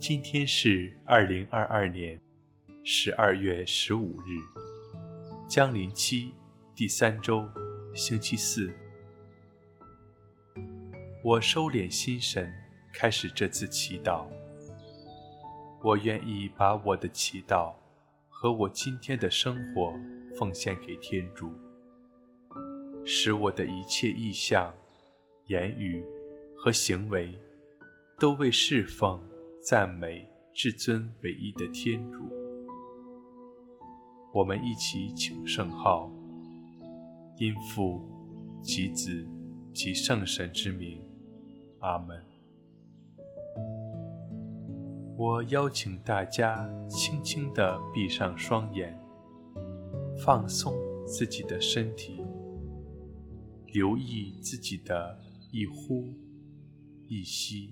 今天是2022年12月15日，将临期第3周，星期四。我收敛心神，开始这次祈祷。我愿意把我的祈祷和我今天的生活奉献给天主，使我的一切意向、言语和行为都为侍奉、赞美至尊唯一的天主。我们一起请圣号，因父及子及圣神之名，阿们。我邀请大家轻轻地闭上双眼，放松自己的身体，留意自己的一呼一吸。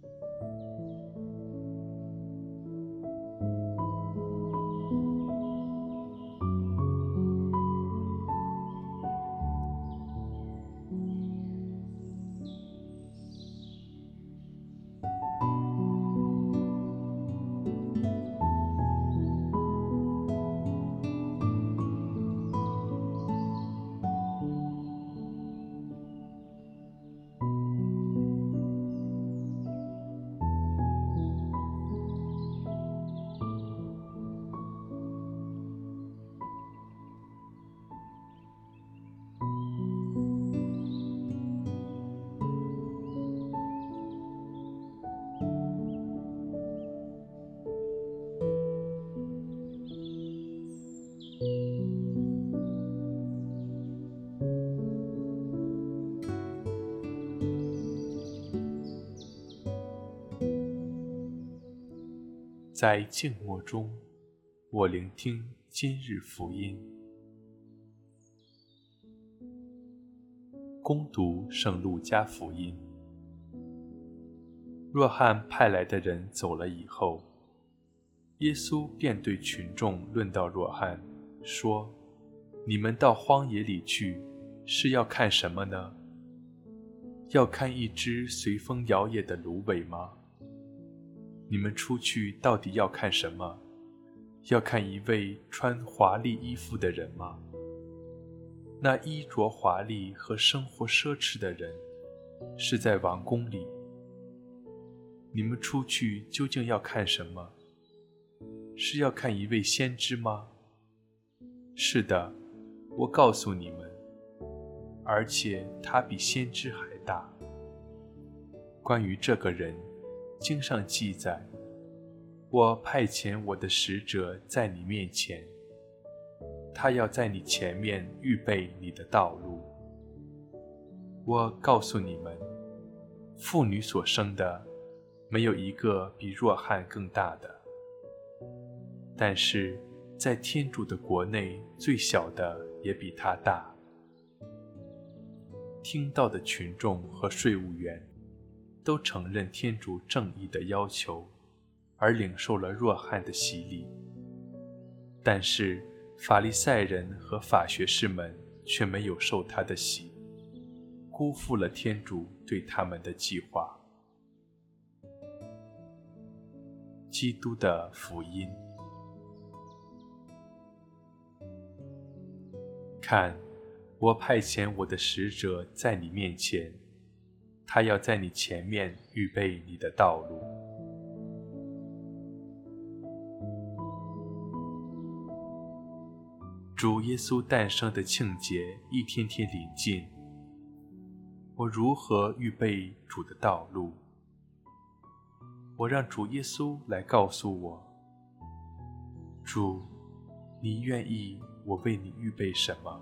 在静默中，我聆听今日福音。恭读圣路加福音。若翰派来的人走了以后，耶稣便对群众论到若翰，说：你们到荒野里去，是要看什么呢？要看一只随风摇曳的芦苇吗？你们出去到底要看什么？要看一位穿华丽衣服的人吗？那衣着华丽和生活奢侈的人，是在王宫里。你们出去究竟要看什么？是要看一位先知吗？是的，我告诉你们，而且他比先知还大。关于这个人，经上记载，我派遣我的使者在你面前，他要在你前面预备你的道路。我告诉你们，妇女所生的，没有一个比若翰更大的，但是在天主的国内，最小的也比他大。听到的群众和税务员都承认天主正义的要求，而领受了若翰的洗礼。但是法利赛人和法学士们却没有受他的洗，辜负了天主对他们的计划。基督的福音。看，我派遣我的使者在你面前，他要在你前面预备你的道路。主耶稣诞生的庆节一天天临近，我如何预备主的道路？我让主耶稣来告诉我，主，你愿意我为你预备什么？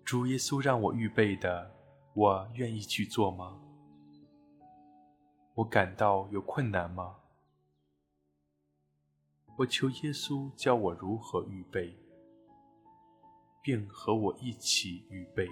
主耶稣让我预备的，我愿意去做吗？我感到有困难吗？我求耶稣教我如何预备，并和我一起预备。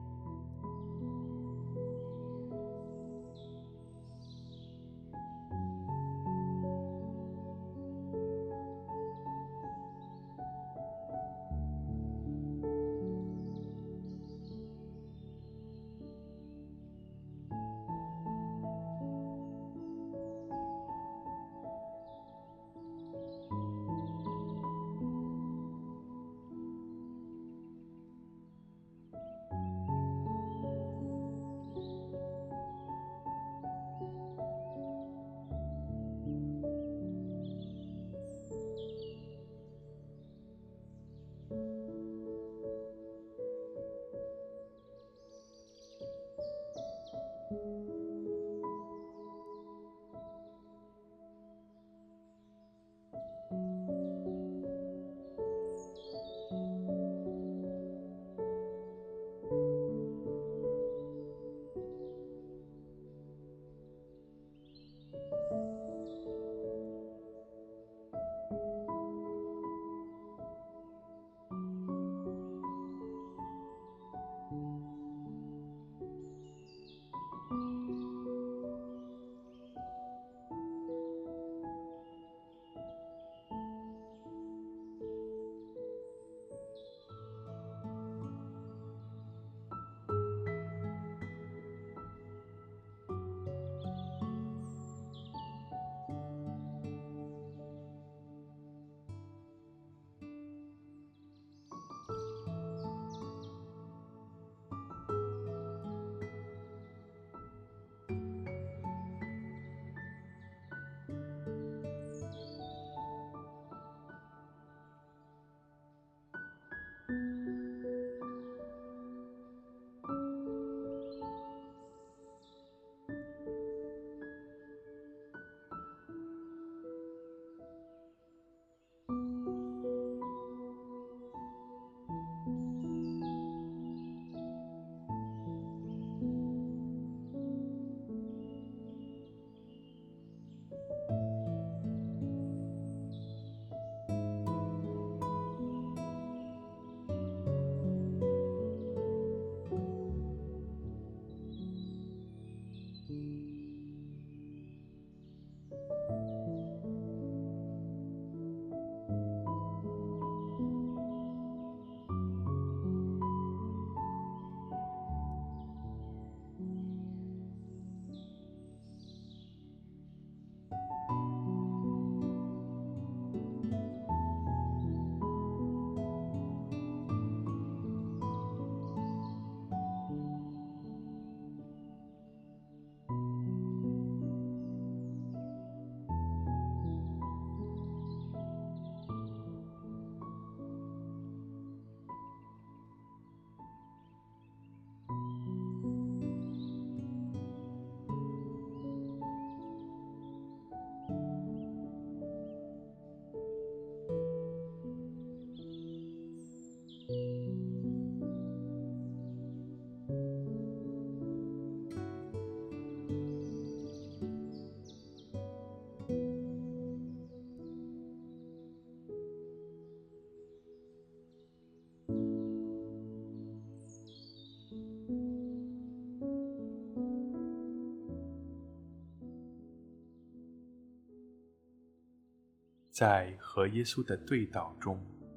在和耶稣的对祷中，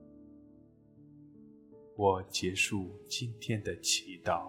我结束今天的祈祷。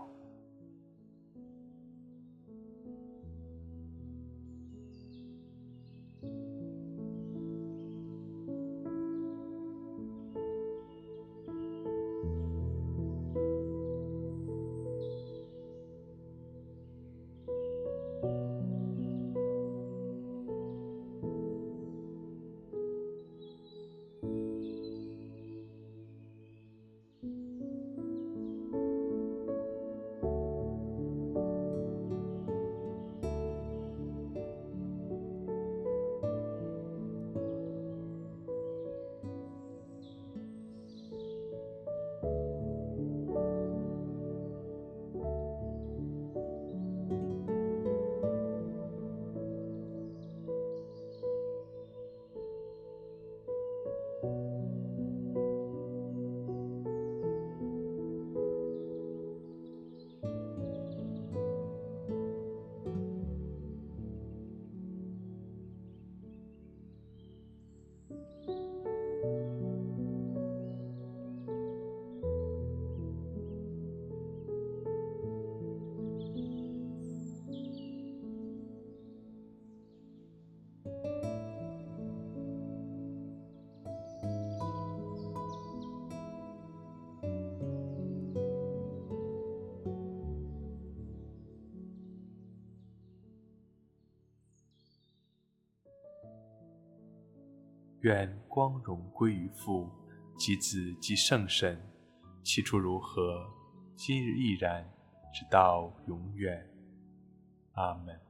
愿光荣归于父及子及圣神，起初如何，今日亦然，直到永远。阿们。